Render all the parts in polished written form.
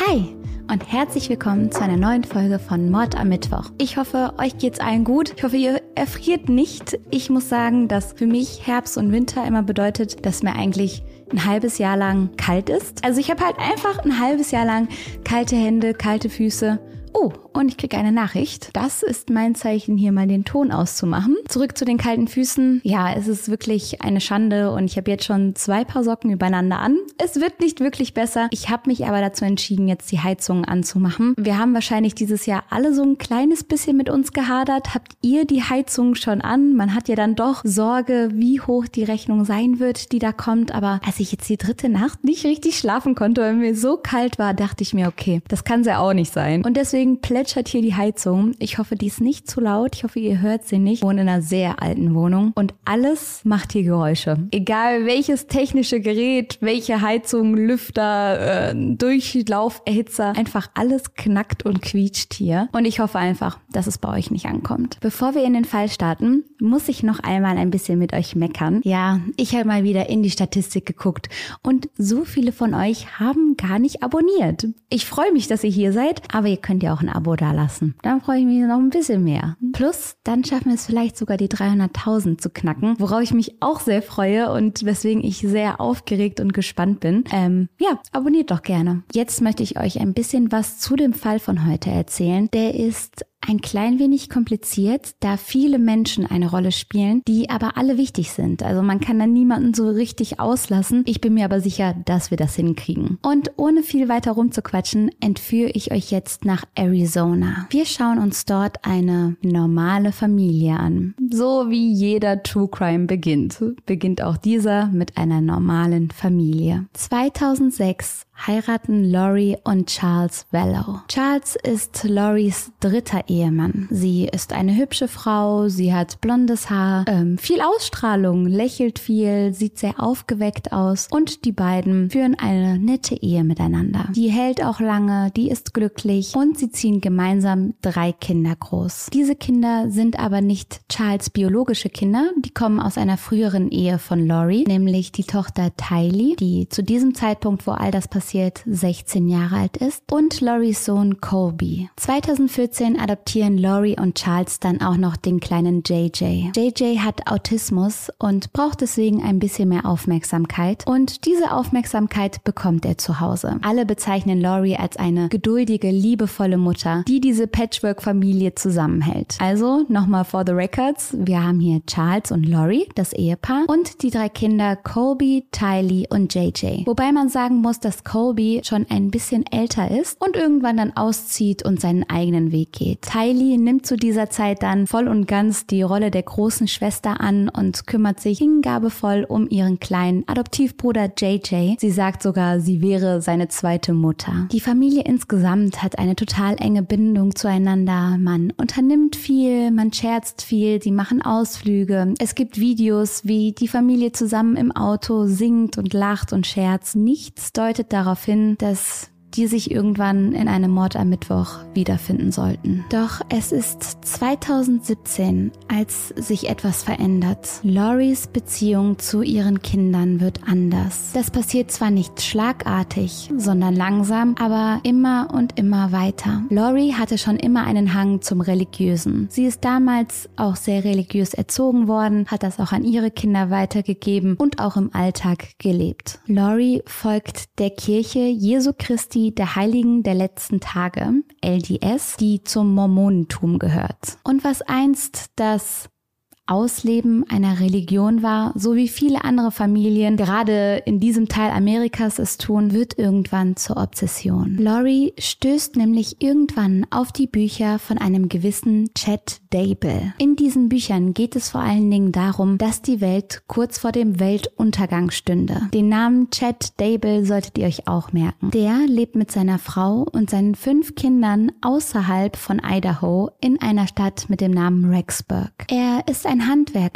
Hi und herzlich willkommen zu einer neuen Folge von Mord am Mittwoch. Ich hoffe, euch geht's allen gut. Ich hoffe, ihr erfriert nicht. Ich muss sagen, dass für mich Herbst und Winter immer bedeutet, dass mir eigentlich ein halbes Jahr lang kalt ist. Also ich habe halt einfach ein halbes Jahr lang kalte Hände, kalte Füße. Oh, und ich kriege eine Nachricht. Das ist mein Zeichen, hier mal den Ton auszumachen. Zurück zu den kalten Füßen. Ja, es ist wirklich eine Schande und ich habe jetzt schon 2 Paar Socken übereinander an. Es wird nicht wirklich besser. Ich habe mich aber dazu entschieden, jetzt die Heizung anzumachen. Wir haben wahrscheinlich dieses Jahr alle so ein kleines bisschen mit uns gehadert. Habt ihr die Heizung schon an? Man hat ja dann doch Sorge, wie hoch die Rechnung sein wird, die da kommt. Aber als ich jetzt die 3. Nacht nicht richtig schlafen konnte, weil mir so kalt war, dachte ich mir, okay, das kann es ja auch nicht sein. Und deswegen plätschert hier die Heizung. Ich hoffe, die ist nicht zu laut. Ich hoffe, ihr hört sie nicht. Ich wohne in einer sehr alten Wohnung und alles macht hier Geräusche. Egal welches technische Gerät, welche Heizung, Lüfter, Durchlauferhitzer, einfach alles knackt und quietscht hier. Und ich hoffe einfach, dass es bei euch nicht ankommt. Bevor wir in den Fall starten, muss ich noch einmal ein bisschen mit euch meckern. Ja, ich habe mal wieder in die Statistik geguckt und so viele von euch haben gar nicht abonniert. Ich freue mich, dass ihr hier seid, aber ihr könnt ja auch ein Abo dalassen. Dann freue ich mich noch ein bisschen mehr. Plus, dann schaffen wir es vielleicht sogar die 300.000 zu knacken, worauf ich mich auch sehr freue und weswegen ich sehr aufgeregt und gespannt bin. Ja, abonniert doch gerne. Jetzt möchte ich euch ein bisschen was zu dem Fall von heute erzählen. Der ist ein klein wenig kompliziert, da viele Menschen eine Rolle spielen, die aber alle wichtig sind. Also man kann da niemanden so richtig auslassen. Ich bin mir aber sicher, dass wir das hinkriegen. Und ohne viel weiter rumzuquatschen, entführe ich euch jetzt nach Arizona. Wir schauen uns dort eine normale Familie an. So wie jeder True Crime beginnt auch dieser mit einer normalen Familie. 2006 heiraten Lori und Charles Vallow. Charles ist Loris 3. Ehemann. Sie ist eine hübsche Frau, sie hat blondes Haar, viel Ausstrahlung, lächelt viel, sieht sehr aufgeweckt aus und die beiden führen eine nette Ehe miteinander. Die hält auch lange, die ist glücklich und sie ziehen gemeinsam 3 Kinder groß. Diese Kinder sind aber nicht Charles' biologische Kinder, die kommen aus einer früheren Ehe von Lori, nämlich die Tochter Tylee, die zu diesem Zeitpunkt, wo all das passiert, 16 Jahre alt ist, und Loris Sohn Colby. 2014 adoptieren Lori und Charles dann auch noch den kleinen JJ. JJ hat Autismus und braucht deswegen ein bisschen mehr Aufmerksamkeit und diese Aufmerksamkeit bekommt er zu Hause. Alle bezeichnen Lori als eine geduldige, liebevolle Mutter, die diese Patchwork-Familie zusammenhält. Also nochmal for the records, wir haben hier Charles und Lori, das Ehepaar, und die 3 Kinder Colby, Tylee und JJ. Wobei man sagen muss, dass Colby schon ein bisschen älter ist und irgendwann dann auszieht und seinen eigenen Weg geht. Tylee nimmt zu dieser Zeit dann voll und ganz die Rolle der großen Schwester an und kümmert sich hingabevoll um ihren kleinen Adoptivbruder JJ. Sie sagt sogar, sie wäre seine 2. Mutter. Die Familie insgesamt hat eine total enge Bindung zueinander. Man unternimmt viel, man scherzt viel, sie machen Ausflüge. Es gibt Videos, wie die Familie zusammen im Auto singt und lacht und scherzt. Nichts deutet darauf hin, dass die sich irgendwann in einem Mord am Mittwoch wiederfinden sollten. Doch es ist 2017, als sich etwas verändert. Loris Beziehung zu ihren Kindern wird anders. Das passiert zwar nicht schlagartig, sondern langsam, aber immer und immer weiter. Lori hatte schon immer einen Hang zum Religiösen. Sie ist damals auch sehr religiös erzogen worden, hat das auch an ihre Kinder weitergegeben und auch im Alltag gelebt. Lori folgt der Kirche Jesu Christi der Heiligen der letzten Tage, LDS, die zum Mormonentum gehört. Und was einst das Ausleben einer Religion war, so wie viele andere Familien gerade in diesem Teil Amerikas es tun, wird irgendwann zur Obsession. Lori stößt nämlich irgendwann auf die Bücher von einem gewissen Chet Dable. In diesen Büchern geht es vor allen Dingen darum, dass die Welt kurz vor dem Weltuntergang stünde. Den Namen Chet Dable solltet ihr euch auch merken. Der lebt mit seiner Frau und seinen 5 Kindern außerhalb von Idaho in einer Stadt mit dem Namen Rexburg. Er ist ein Handwerker,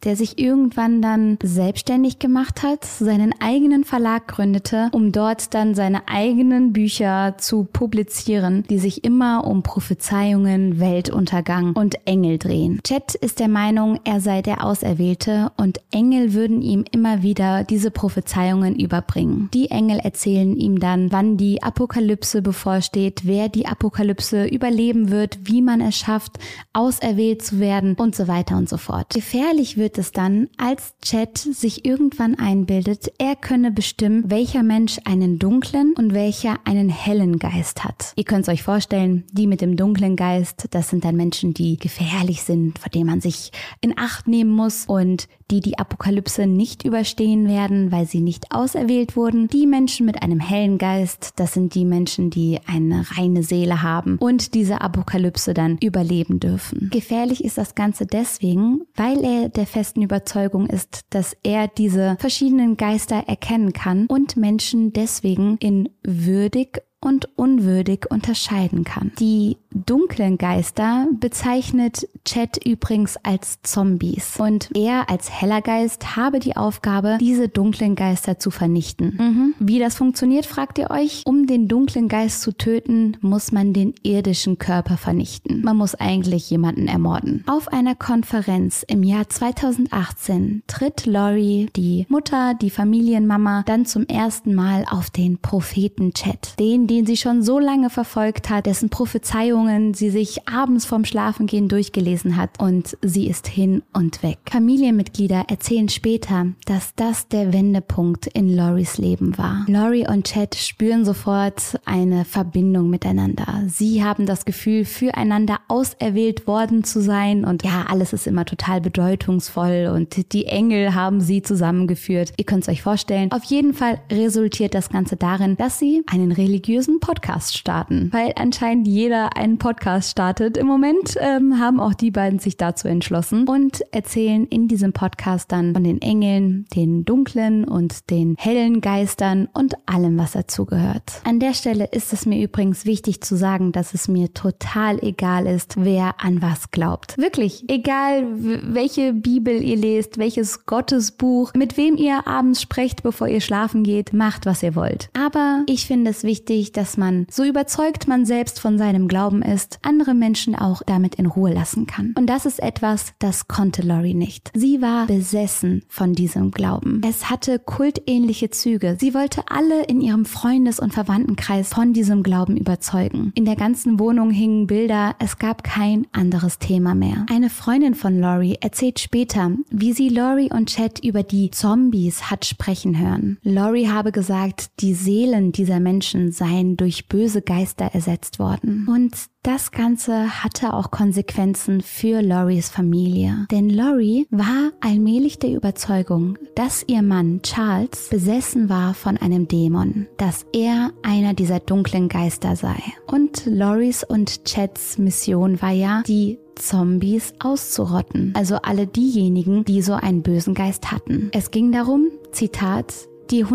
der sich irgendwann dann selbstständig gemacht hat, seinen eigenen Verlag gründete, um dort dann seine eigenen Bücher zu publizieren, die sich immer um Prophezeiungen, Weltuntergang und Engel drehen. Chet ist der Meinung, er sei der Auserwählte und Engel würden ihm immer wieder diese Prophezeiungen überbringen. Die Engel erzählen ihm dann, wann die Apokalypse bevorsteht, wer die Apokalypse überleben wird, wie man es schafft, auserwählt zu werden und so weiter und so fort. Gefährlich wird es dann, als Chet sich irgendwann einbildet, er könne bestimmen, welcher Mensch einen dunklen und welcher einen hellen Geist hat. Ihr könnt es euch vorstellen, die mit dem dunklen Geist, das sind dann Menschen, die gefährlich sind, vor denen man sich in Acht nehmen muss und die Apokalypse nicht überstehen werden, weil sie nicht auserwählt wurden. Die Menschen mit einem hellen Geist, das sind die Menschen, die eine reine Seele haben und diese Apokalypse dann überleben dürfen. Gefährlich ist das Ganze deswegen, weil er der festen Überzeugung ist, dass er diese verschiedenen Geister erkennen kann und Menschen deswegen in würdig und unwürdig unterscheiden kann. Die dunklen Geister bezeichnet Chet übrigens als Zombies und er als heller Geist habe die Aufgabe, diese dunklen Geister zu vernichten. Wie das funktioniert, fragt ihr euch? Um den dunklen Geist zu töten, muss man den irdischen Körper vernichten. Man muss eigentlich jemanden ermorden. Auf einer Konferenz im Jahr 2018 tritt Laurie, die Mutter, die Familienmama, dann zum ersten Mal auf den Propheten Chet, den sie schon so lange verfolgt hat, dessen Prophezeiungen sie sich abends vorm Schlafengehen durchgelesen hat und sie ist hin und weg. Familienmitglieder erzählen später, dass das der Wendepunkt in Lauries Leben war. Laurie und Chet spüren sofort eine Verbindung miteinander. Sie haben das Gefühl, füreinander auserwählt worden zu sein und ja, alles ist immer total bedeutungsvoll und die Engel haben sie zusammengeführt. Ihr könnt es euch vorstellen. Auf jeden Fall resultiert das Ganze darin, dass sie einen religiösen Podcast starten, weil anscheinend jeder einen Podcast startet. Im Moment haben auch die beiden sich dazu entschlossen und erzählen in diesem Podcast dann von den Engeln, den dunklen und den hellen Geistern und allem, was dazugehört. An der Stelle ist es mir übrigens wichtig zu sagen, dass es mir total egal ist, wer an was glaubt. Wirklich, egal welche Bibel ihr lest, welches Gottesbuch, mit wem ihr abends sprecht, bevor ihr schlafen geht, macht, was ihr wollt. Aber ich finde es wichtig, dass man, so überzeugt man selbst von seinem Glauben ist, andere Menschen auch damit in Ruhe lassen kann. Und das ist etwas, das konnte Laurie nicht. Sie war besessen von diesem Glauben. Es hatte kultähnliche Züge. Sie wollte alle in ihrem Freundes- und Verwandtenkreis von diesem Glauben überzeugen. In der ganzen Wohnung hingen Bilder, es gab kein anderes Thema mehr. Eine Freundin von Laurie erzählt später, wie sie Laurie und Chet über die Zombies hat sprechen hören. Laurie habe gesagt, die Seelen dieser Menschen seien durch böse Geister ersetzt worden. Und das Ganze hatte auch Konsequenzen für Lauries Familie. Denn Laurie war allmählich der Überzeugung, dass ihr Mann Charles besessen war von einem Dämon, dass er einer dieser dunklen Geister sei. Und Lauries und Chets Mission war ja, die Zombies auszurotten. Also alle diejenigen, die so einen bösen Geist hatten. Es ging darum, Zitat, die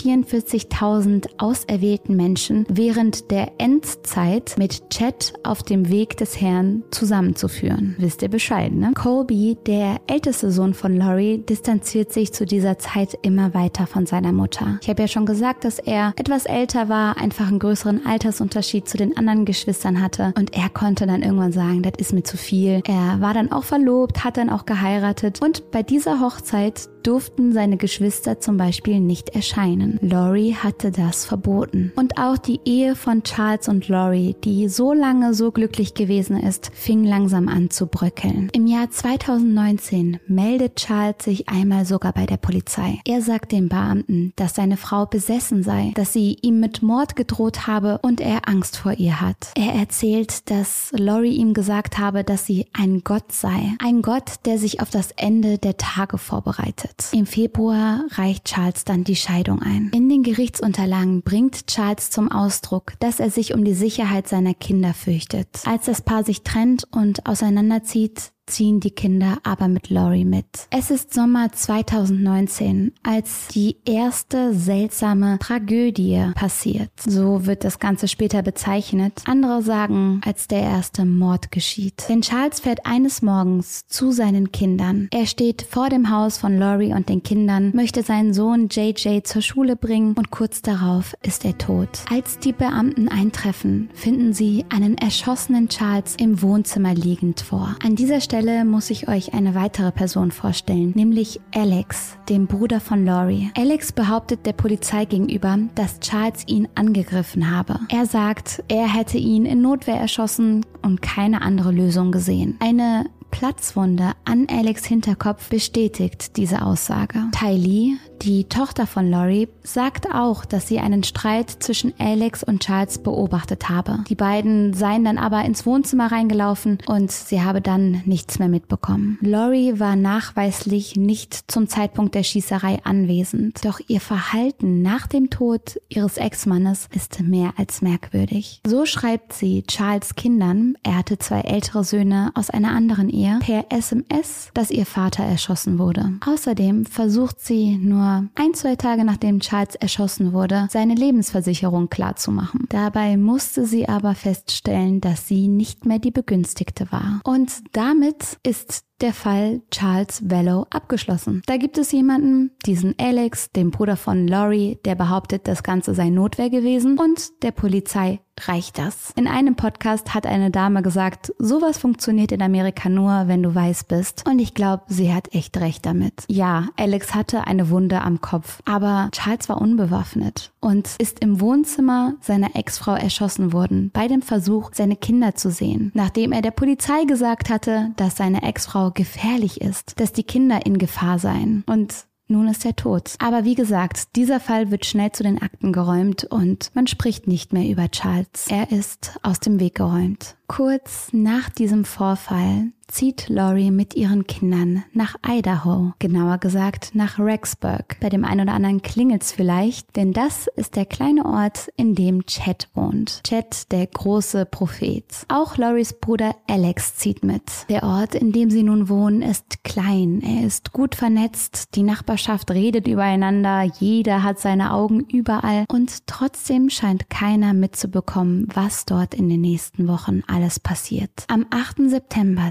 144.000 auserwählten Menschen während der Endzeit mit Chet auf dem Weg des Herrn zusammenzuführen. Wisst ihr Bescheid, ne? Colby, der älteste Sohn von Laurie, distanziert sich zu dieser Zeit immer weiter von seiner Mutter. Ich habe ja schon gesagt, dass er etwas älter war, einfach einen größeren Altersunterschied zu den anderen Geschwistern hatte und er konnte dann irgendwann sagen, das ist mir zu viel. Er war dann auch verlobt, hat dann auch geheiratet und bei dieser Hochzeit durften seine Geschwister zum Beispiel nicht erscheinen. Laurie hatte das verboten. Und auch die Ehe von Charles und Laurie, die so lange so glücklich gewesen ist, fing langsam an zu bröckeln. Im Jahr 2019 meldet Charles sich einmal sogar bei der Polizei. Er sagt den Beamten, dass seine Frau besessen sei, dass sie ihm mit Mord gedroht habe und er Angst vor ihr hat. Er erzählt, dass Laurie ihm gesagt habe, dass sie ein Gott sei. Ein Gott, der sich auf das Ende der Tage vorbereitet. Im Februar reicht Charles dann die Scheidung ein. In den Gerichtsunterlagen bringt Charles zum Ausdruck, dass er sich um die Sicherheit seiner Kinder fürchtet. Als das Paar sich trennt und auseinanderzieht, ziehen die Kinder aber mit Lori mit. Es ist Sommer 2019, als die erste seltsame Tragödie passiert. So wird das Ganze später bezeichnet. Andere sagen, als der erste Mord geschieht. Denn Charles fährt eines Morgens zu seinen Kindern. Er steht vor dem Haus von Lori und den Kindern, möchte seinen Sohn JJ zur Schule bringen und kurz darauf ist er tot. Als die Beamten eintreffen, finden sie einen erschossenen Charles im Wohnzimmer liegend vor. An dieser Stelle muss ich euch eine weitere Person vorstellen, nämlich Alex, dem Bruder von Lori. Alex behauptet der Polizei gegenüber, dass Charles ihn angegriffen habe. Er sagt, er hätte ihn in Notwehr erschossen und keine andere Lösung gesehen. Eine Platzwunde an Alex' Hinterkopf bestätigt diese Aussage. Tylee, die Tochter von Lori, sagt auch, dass sie einen Streit zwischen Alex und Charles beobachtet habe. Die beiden seien dann aber ins Wohnzimmer reingelaufen und sie habe dann nichts mehr mitbekommen. Lori war nachweislich nicht zum Zeitpunkt der Schießerei anwesend, doch ihr Verhalten nach dem Tod ihres Ex-Mannes ist mehr als merkwürdig. So schreibt sie Charles' Kindern, er hatte 2 ältere Söhne aus einer anderen Ehe, per SMS, dass ihr Vater erschossen wurde. Außerdem versucht sie nur 1-2 Tage nachdem Charles erschossen wurde, seine Lebensversicherung klarzumachen. Dabei musste sie aber feststellen, dass sie nicht mehr die Begünstigte war. Und damit ist der Fall Charles Vallow abgeschlossen. Da gibt es jemanden, diesen Alex, den Bruder von Lori, der behauptet, das Ganze sei Notwehr gewesen, und der Polizei reicht das. In einem Podcast hat eine Dame gesagt, sowas funktioniert in Amerika nur, wenn du weiß bist. Und ich glaube, sie hat echt recht damit. Ja, Alex hatte eine Wunde am Kopf, aber Charles war unbewaffnet und ist im Wohnzimmer seiner Ex-Frau erschossen worden, bei dem Versuch, seine Kinder zu sehen. Nachdem er der Polizei gesagt hatte, dass seine Ex-Frau gefährlich ist, dass die Kinder in Gefahr seien. Und nun ist er tot. Aber wie gesagt, dieser Fall wird schnell zu den Akten geräumt und man spricht nicht mehr über Charles. Er ist aus dem Weg geräumt. Kurz nach diesem Vorfall zieht Lori mit ihren Kindern nach Idaho, genauer gesagt nach Rexburg. Bei dem einen oder anderen klingelt's vielleicht, denn das ist der kleine Ort, in dem Chet wohnt. Chet, der große Prophet. Auch Loris Bruder Alex zieht mit. Der Ort, in dem sie nun wohnen, ist klein. Er ist gut vernetzt, die Nachbarschaft redet übereinander, jeder hat seine Augen überall und trotzdem scheint keiner mitzubekommen, was dort in den nächsten Wochen alles passiert. Am 8. September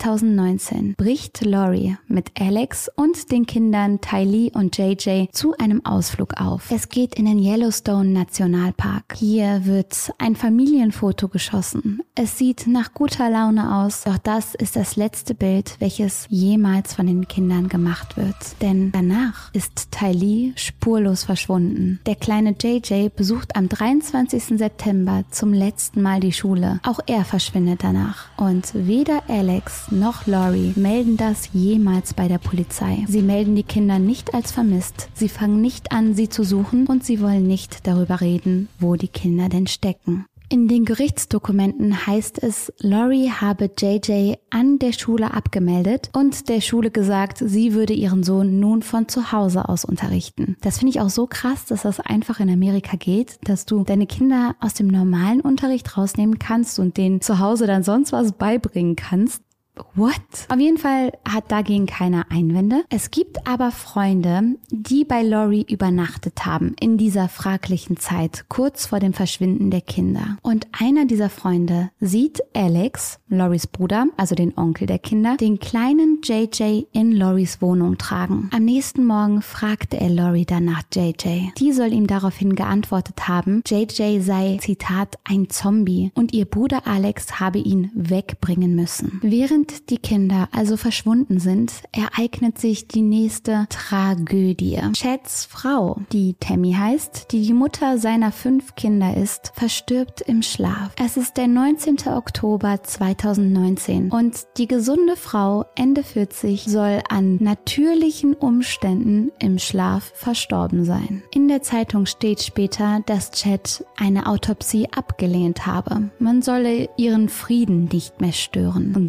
2019 bricht Lori mit Alex und den Kindern Tylee und JJ zu einem Ausflug auf. Es geht in den Yellowstone Nationalpark. Hier wird ein Familienfoto geschossen. Es sieht nach guter Laune aus, doch das ist das letzte Bild, welches jemals von den Kindern gemacht wird. Denn danach ist Tylee spurlos verschwunden. Der kleine JJ besucht am 23. September zum letzten Mal die Schule. Auch er verschwindet danach. Und weder Alex noch Lori melden das jemals bei der Polizei. Sie melden die Kinder nicht als vermisst. Sie fangen nicht an, sie zu suchen und sie wollen nicht darüber reden, wo die Kinder denn stecken. In den Gerichtsdokumenten heißt es, Lori habe JJ an der Schule abgemeldet und der Schule gesagt, sie würde ihren Sohn nun von zu Hause aus unterrichten. Das finde ich auch so krass, dass das einfach in Amerika geht, dass du deine Kinder aus dem normalen Unterricht rausnehmen kannst und denen zu Hause dann sonst was beibringen kannst. What? Auf jeden Fall hat dagegen keiner Einwände. Es gibt aber Freunde, die bei Lori übernachtet haben in dieser fraglichen Zeit, kurz vor dem Verschwinden der Kinder. Und einer dieser Freunde sieht Alex, Loris Bruder, also den Onkel der Kinder, den kleinen JJ in Loris Wohnung tragen. Am nächsten Morgen fragte er Lori dann nach JJ. Die soll ihm daraufhin geantwortet haben, JJ sei, Zitat, ein Zombie und ihr Bruder Alex habe ihn wegbringen müssen. Während die Kinder also verschwunden sind, ereignet sich die nächste Tragödie. Chets Frau, die Tammy heißt, die Mutter seiner 5 Kinder ist, verstirbt im Schlaf. Es ist der 19. Oktober 2019 und die gesunde Frau, Ende 40, soll an natürlichen Umständen im Schlaf verstorben sein. In der Zeitung steht später, dass Chet eine Autopsie abgelehnt habe. Man solle ihren Frieden nicht mehr stören und seinen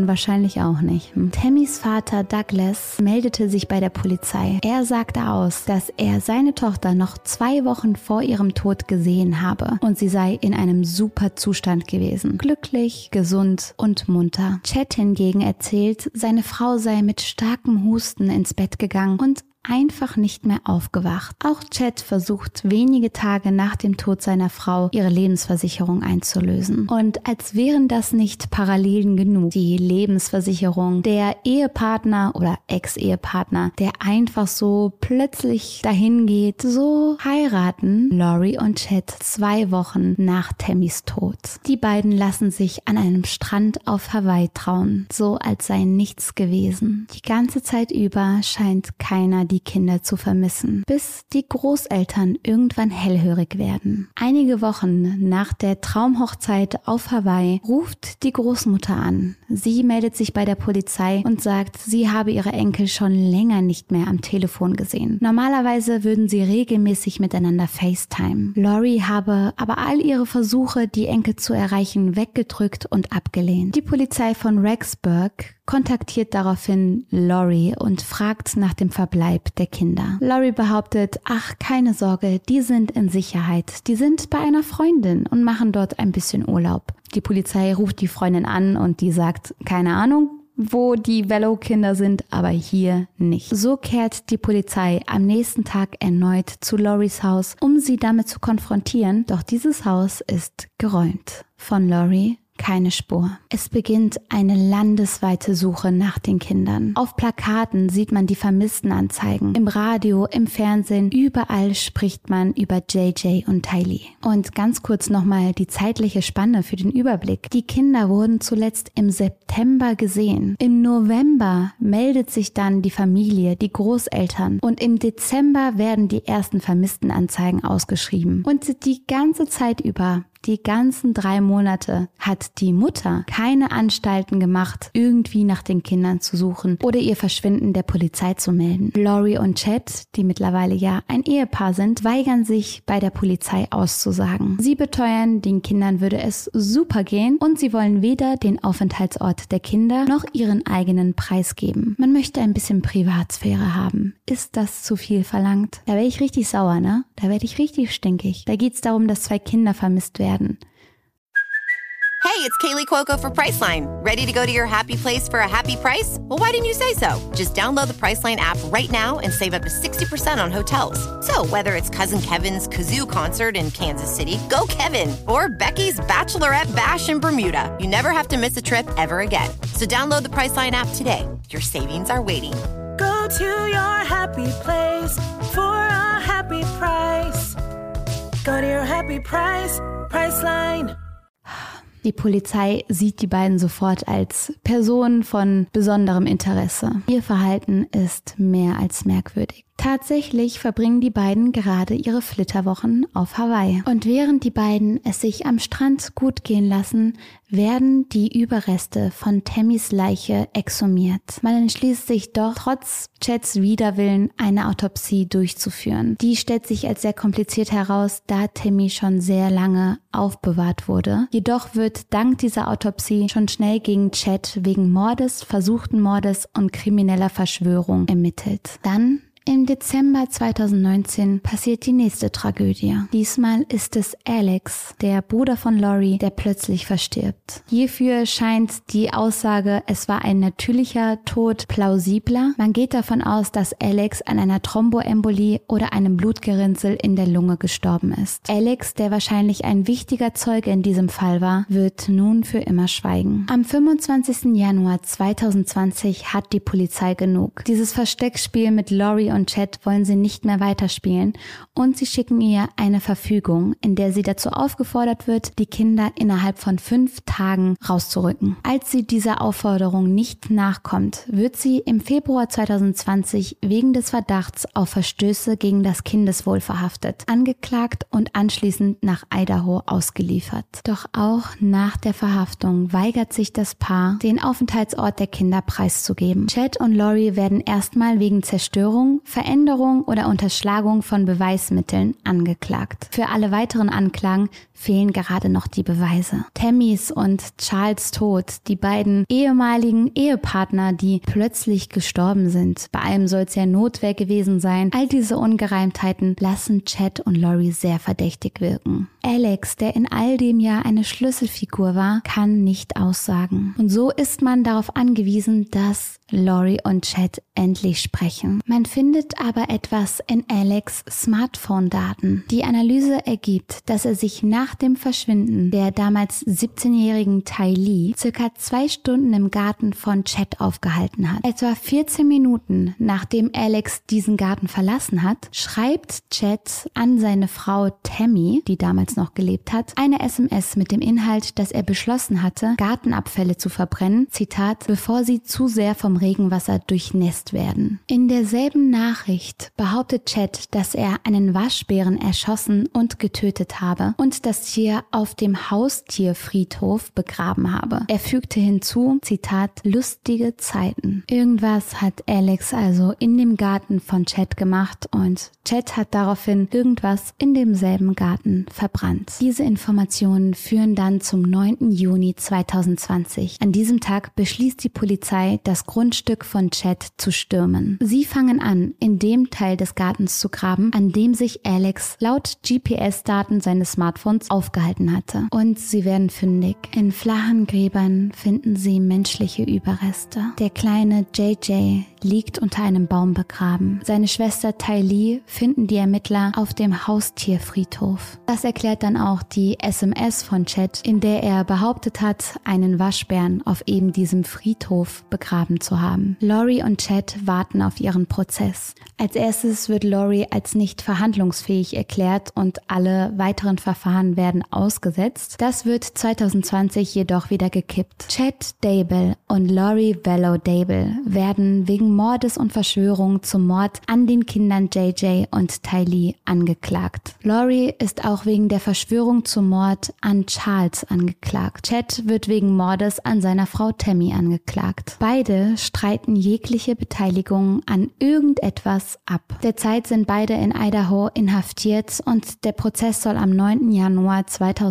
wahrscheinlich auch nicht. Tammys Vater Douglas meldete sich bei der Polizei. Er sagte aus, dass er seine Tochter noch 2 Wochen vor ihrem Tod gesehen habe und sie sei in einem super Zustand gewesen. Glücklich, gesund und munter. Chet hingegen erzählt, seine Frau sei mit starkem Husten ins Bett gegangen und einfach nicht mehr aufgewacht. Auch Chet versucht wenige Tage nach dem Tod seiner Frau ihre Lebensversicherung einzulösen. Und als wären das nicht Parallelen genug, die Lebensversicherung, der Ehepartner oder Ex-Ehepartner, der einfach so plötzlich dahin geht, so heiraten Lori und Chet 2 Wochen nach Tammys Tod. Die beiden lassen sich an einem Strand auf Hawaii trauen, so als sei nichts gewesen. Die ganze Zeit über scheint keiner die Kinder zu vermissen, bis die Großeltern irgendwann hellhörig werden. Einige Wochen nach der Traumhochzeit auf Hawaii ruft die Großmutter an. Sie meldet sich bei der Polizei und sagt, sie habe ihre Enkel schon länger nicht mehr am Telefon gesehen. Normalerweise würden sie regelmäßig miteinander FaceTime. Lori habe aber all ihre Versuche, die Enkel zu erreichen, weggedrückt und abgelehnt. Die Polizei von Rexburg kontaktiert daraufhin Lori und fragt nach dem Verbleib der Kinder. Lori behauptet, ach, keine Sorge, die sind in Sicherheit. Die sind bei einer Freundin und machen dort ein bisschen Urlaub. Die Polizei ruft die Freundin an und die sagt, keine Ahnung, wo die Velo-Kinder sind, aber hier nicht. So kehrt die Polizei am nächsten Tag erneut zu Loris Haus, um sie damit zu konfrontieren, doch dieses Haus ist geräumt. Von Lori keine Spur. Es beginnt eine landesweite Suche nach den Kindern. Auf Plakaten sieht man die Vermisstenanzeigen. Im Radio, im Fernsehen, überall spricht man über JJ und Tylee. Und ganz kurz nochmal die zeitliche Spanne für den Überblick. Die Kinder wurden zuletzt im September gesehen. Im November meldet sich dann die Familie, die Großeltern. Und im Dezember werden die ersten Vermisstenanzeigen ausgeschrieben. Und die ganze Zeit über, die ganzen 3 Monate hat die Mutter keine Anstalten gemacht, irgendwie nach den Kindern zu suchen oder ihr Verschwinden der Polizei zu melden. Lori und Chet, die mittlerweile ja ein Ehepaar sind, weigern sich, bei der Polizei auszusagen. Sie beteuern, den Kindern würde es super gehen und sie wollen weder den Aufenthaltsort der Kinder noch ihren eigenen Preis geben. Man möchte ein bisschen Privatsphäre haben. Ist das zu viel verlangt? Da wäre ich richtig sauer, ne? Da werde ich richtig stinkig. Da geht es darum, dass 2 Kinder vermisst werden. Hey, it's Kaylee Cuoco for Priceline. Ready to go to your happy place for a happy price? Well, why didn't you say so? Just download the Priceline app right now and save up to 60% on hotels. So whether it's Cousin Kevin's Kazoo Concert in Kansas City, go Kevin, or Becky's Bachelorette Bash in Bermuda, you never have to miss a trip ever again. So download the Priceline app today. Your savings are waiting. Go to your happy place for a happy price. Go to your happy price, Priceline. Die Polizei sieht die beiden sofort als Personen von besonderem Interesse. Ihr Verhalten ist mehr als merkwürdig. Tatsächlich verbringen die beiden gerade ihre Flitterwochen auf Hawaii. Und während die beiden es sich am Strand gut gehen lassen, werden die Überreste von Tammys Leiche exhumiert. Man entschließt sich doch, trotz Chets Widerwillen eine Autopsie durchzuführen. Die stellt sich als sehr kompliziert heraus, da Tammy schon sehr lange aufbewahrt wurde. Jedoch wird dank dieser Autopsie schon schnell gegen Chet wegen Mordes, versuchten Mordes und krimineller Verschwörung ermittelt. Dann im Dezember 2019 passiert die nächste Tragödie. Diesmal ist es Alex, der Bruder von Lori, der plötzlich verstirbt. Hierfür scheint die Aussage, es war ein natürlicher Tod, plausibler. Man geht davon aus, dass Alex an einer Thromboembolie oder einem Blutgerinnsel in der Lunge gestorben ist. Alex, der wahrscheinlich ein wichtiger Zeuge in diesem Fall war, wird nun für immer schweigen. Am 25. Januar 2020 hat die Polizei genug. Dieses Versteckspiel mit Lori und Chet wollen sie nicht mehr weiterspielen und sie schicken ihr eine Verfügung, in der sie dazu aufgefordert wird, die Kinder innerhalb von 5 Tagen rauszurücken. Als sie dieser Aufforderung nicht nachkommt, wird sie im Februar 2020 wegen des Verdachts auf Verstöße gegen das Kindeswohl verhaftet, angeklagt und anschließend nach Idaho ausgeliefert. Doch auch nach der Verhaftung weigert sich das Paar, den Aufenthaltsort der Kinder preiszugeben. Chet und Lori werden erstmal wegen Zerstörung Veränderung oder Unterschlagung von Beweismitteln angeklagt. Für alle weiteren Anklagen fehlen gerade noch die Beweise. Tammys und Charles Tod, die beiden ehemaligen Ehepartner, die plötzlich gestorben sind. Bei allem soll es ja Notwehr gewesen sein. All diese Ungereimtheiten lassen Chad und Lori sehr verdächtig wirken. Alex, der in all dem ja eine Schlüsselfigur war, kann nicht aussagen. Und so ist man darauf angewiesen, dass Lori und Chad endlich sprechen. Man findet aber etwas in Alex' Smartphone-Daten. Die Analyse ergibt, dass er sich nach dem Verschwinden der damals 17-jährigen Ty Lee circa 2 Stunden im Garten von Chad aufgehalten hat. Etwa 14 Minuten nachdem Alex diesen Garten verlassen hat, schreibt Chad an seine Frau Tammy, die damals noch gelebt hat, eine SMS mit dem Inhalt, dass er beschlossen hatte, Gartenabfälle zu verbrennen, Zitat, bevor sie zu sehr vom Regenwasser durchnässt werden. In derselben Nachricht behauptet Chad, dass er einen Waschbären erschossen und getötet habe und das Tier auf dem Haustierfriedhof begraben habe. Er fügte hinzu, Zitat, lustige Zeiten. Irgendwas hat Alex also in dem Garten von Chad gemacht und Chad hat daraufhin irgendwas in demselben Garten verbrannt. Diese Informationen führen dann zum 9. Juni 2020. An diesem Tag beschließt die Polizei, das Grundstück von Chad zu stürmen. Sie fangen an, in dem Teil des Gartens zu graben, an dem sich Alex laut GPS-Daten seines Smartphones aufgehalten hatte. Und sie werden fündig. In flachen Gräbern finden sie menschliche Überreste. Der kleine JJ liegt unter einem Baum begraben. Seine Schwester Ty Lee finden die Ermittler auf dem Haustierfriedhof. Das erklärt dann auch die SMS von Chad, in der er behauptet hat, einen Waschbären auf eben diesem Friedhof begraben zu haben. Lori und Chad warten auf ihren Prozess. Als erstes wird Lori als nicht verhandlungsfähig erklärt und alle weiteren Verfahren werden ausgesetzt. Das wird 2020 jedoch wieder gekippt. Chad Daybell und Lori Vallow Daybell werden wegen Mordes und Verschwörung zum Mord an den Kindern JJ und Ty Lee angeklagt. Lori ist auch wegen der Verschwörung zum Mord an Charles angeklagt. Chad wird wegen Mordes an seiner Frau Tammy angeklagt. Beide streiten jegliche Beteiligung an irgendetwas ab. Derzeit sind beide in Idaho inhaftiert und der Prozess soll am 9. Januar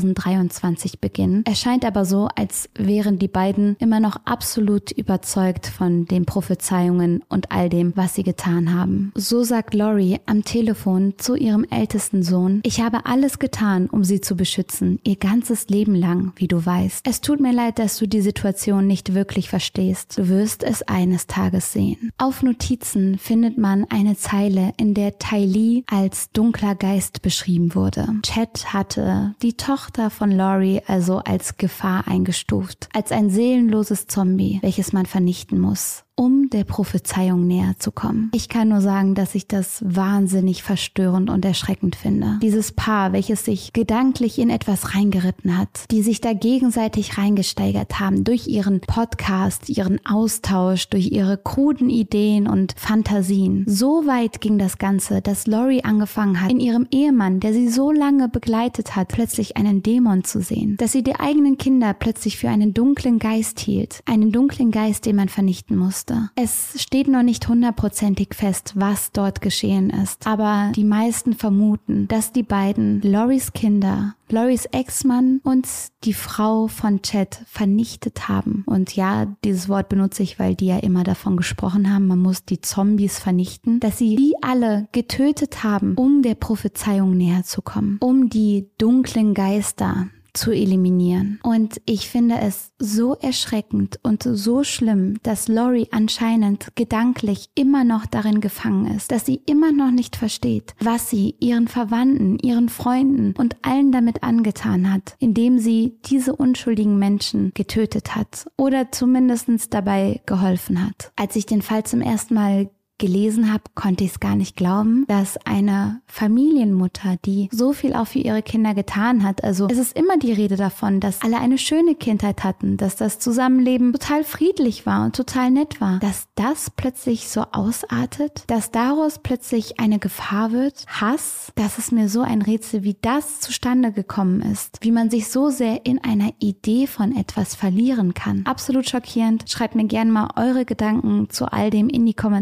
2023 beginnen. Es scheint aber so, als wären die beiden immer noch absolut überzeugt von den Prophezeiungen und all dem, was sie getan haben. So sagt Lori am Telefon zu ihrem ältesten Sohn: Ich habe alles getan, um sie zu beschützen, ihr ganzes Leben lang, wie du weißt. Es tut mir leid, dass du die Situation nicht wirklich verstehst. Du wirst es eines Tages sehen. Auf Notizen findet man eine Zeile, in der Ty Lee als dunkler Geist beschrieben wurde. Chad hatte die Tochter von Lori also als Gefahr eingestuft, als ein seelenloses Zombie, welches man vernichten muss, um der Prophezeiung näher zu kommen. Ich kann nur sagen, dass ich das wahnsinnig verstörend und erschreckend finde. Dieses Paar, welches sich gedanklich in etwas reingeritten hat, die sich da gegenseitig reingesteigert haben durch ihren Podcast, ihren Austausch, durch ihre kruden Ideen und Fantasien. So weit ging das Ganze, dass Lori angefangen hat, in ihrem Ehemann, der sie so lange begleitet hat, plötzlich einen Dämon zu sehen. Dass sie die eigenen Kinder plötzlich für einen dunklen Geist hielt. Einen dunklen Geist, den man vernichten musste. Es steht noch nicht hundertprozentig fest, was dort geschehen ist, aber die meisten vermuten, dass die beiden Loris Kinder, Loris Ex-Mann und die Frau von Chad vernichtet haben. Und ja, dieses Wort benutze ich, weil die ja immer davon gesprochen haben, man muss die Zombies vernichten, dass sie die alle getötet haben, um der Prophezeiung näher zu kommen, um die dunklen Geister zu eliminieren. Und ich finde es so erschreckend und so schlimm, dass Lori anscheinend gedanklich immer noch darin gefangen ist, dass sie immer noch nicht versteht, was sie ihren Verwandten, ihren Freunden und allen damit angetan hat, indem sie diese unschuldigen Menschen getötet hat oder zumindest dabei geholfen hat. Als ich den Fall zum ersten Mal gelesen habe, konnte ich es gar nicht glauben, dass eine Familienmutter, die so viel auch für ihre Kinder getan hat, also es ist immer die Rede davon, dass alle eine schöne Kindheit hatten, dass das Zusammenleben total friedlich war und total nett war, dass das plötzlich so ausartet, dass daraus plötzlich eine Gefahr wird, Hass, das ist mir so ein Rätsel, wie das zustande gekommen ist, wie man sich so sehr in einer Idee von etwas verlieren kann. Absolut schockierend. Schreibt mir gerne mal eure Gedanken zu all dem in die Kommentare.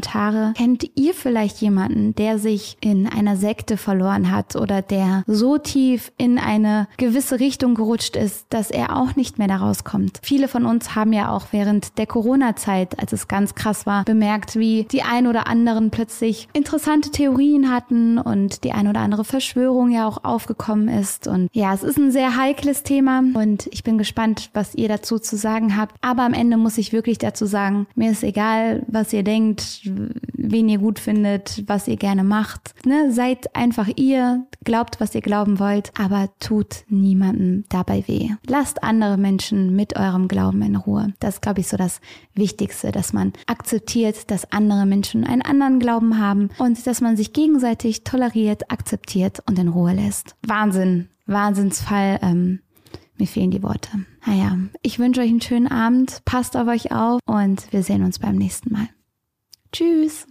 Frage, kennt ihr vielleicht jemanden, der sich in einer Sekte verloren hat oder der so tief in eine gewisse Richtung gerutscht ist, dass er auch nicht mehr da rauskommt? Viele von uns haben ja auch während der Corona-Zeit, als es ganz krass war, bemerkt, wie die ein oder anderen plötzlich interessante Theorien hatten und die ein oder andere Verschwörung ja auch aufgekommen ist. Und ja, es ist ein sehr heikles Thema und ich bin gespannt, was ihr dazu zu sagen habt. Aber am Ende muss ich wirklich dazu sagen, mir ist egal, was ihr denkt, wen ihr gut findet, was ihr gerne macht. Ne? Seid einfach ihr, glaubt, was ihr glauben wollt, aber tut niemandem dabei weh. Lasst andere Menschen mit eurem Glauben in Ruhe. Das ist, glaube ich, so das Wichtigste, dass man akzeptiert, dass andere Menschen einen anderen Glauben haben und dass man sich gegenseitig toleriert, akzeptiert und in Ruhe lässt. Wahnsinnsfall. Mir fehlen die Worte. Naja, ich wünsche euch einen schönen Abend, passt auf euch auf und wir sehen uns beim nächsten Mal. Tschüss!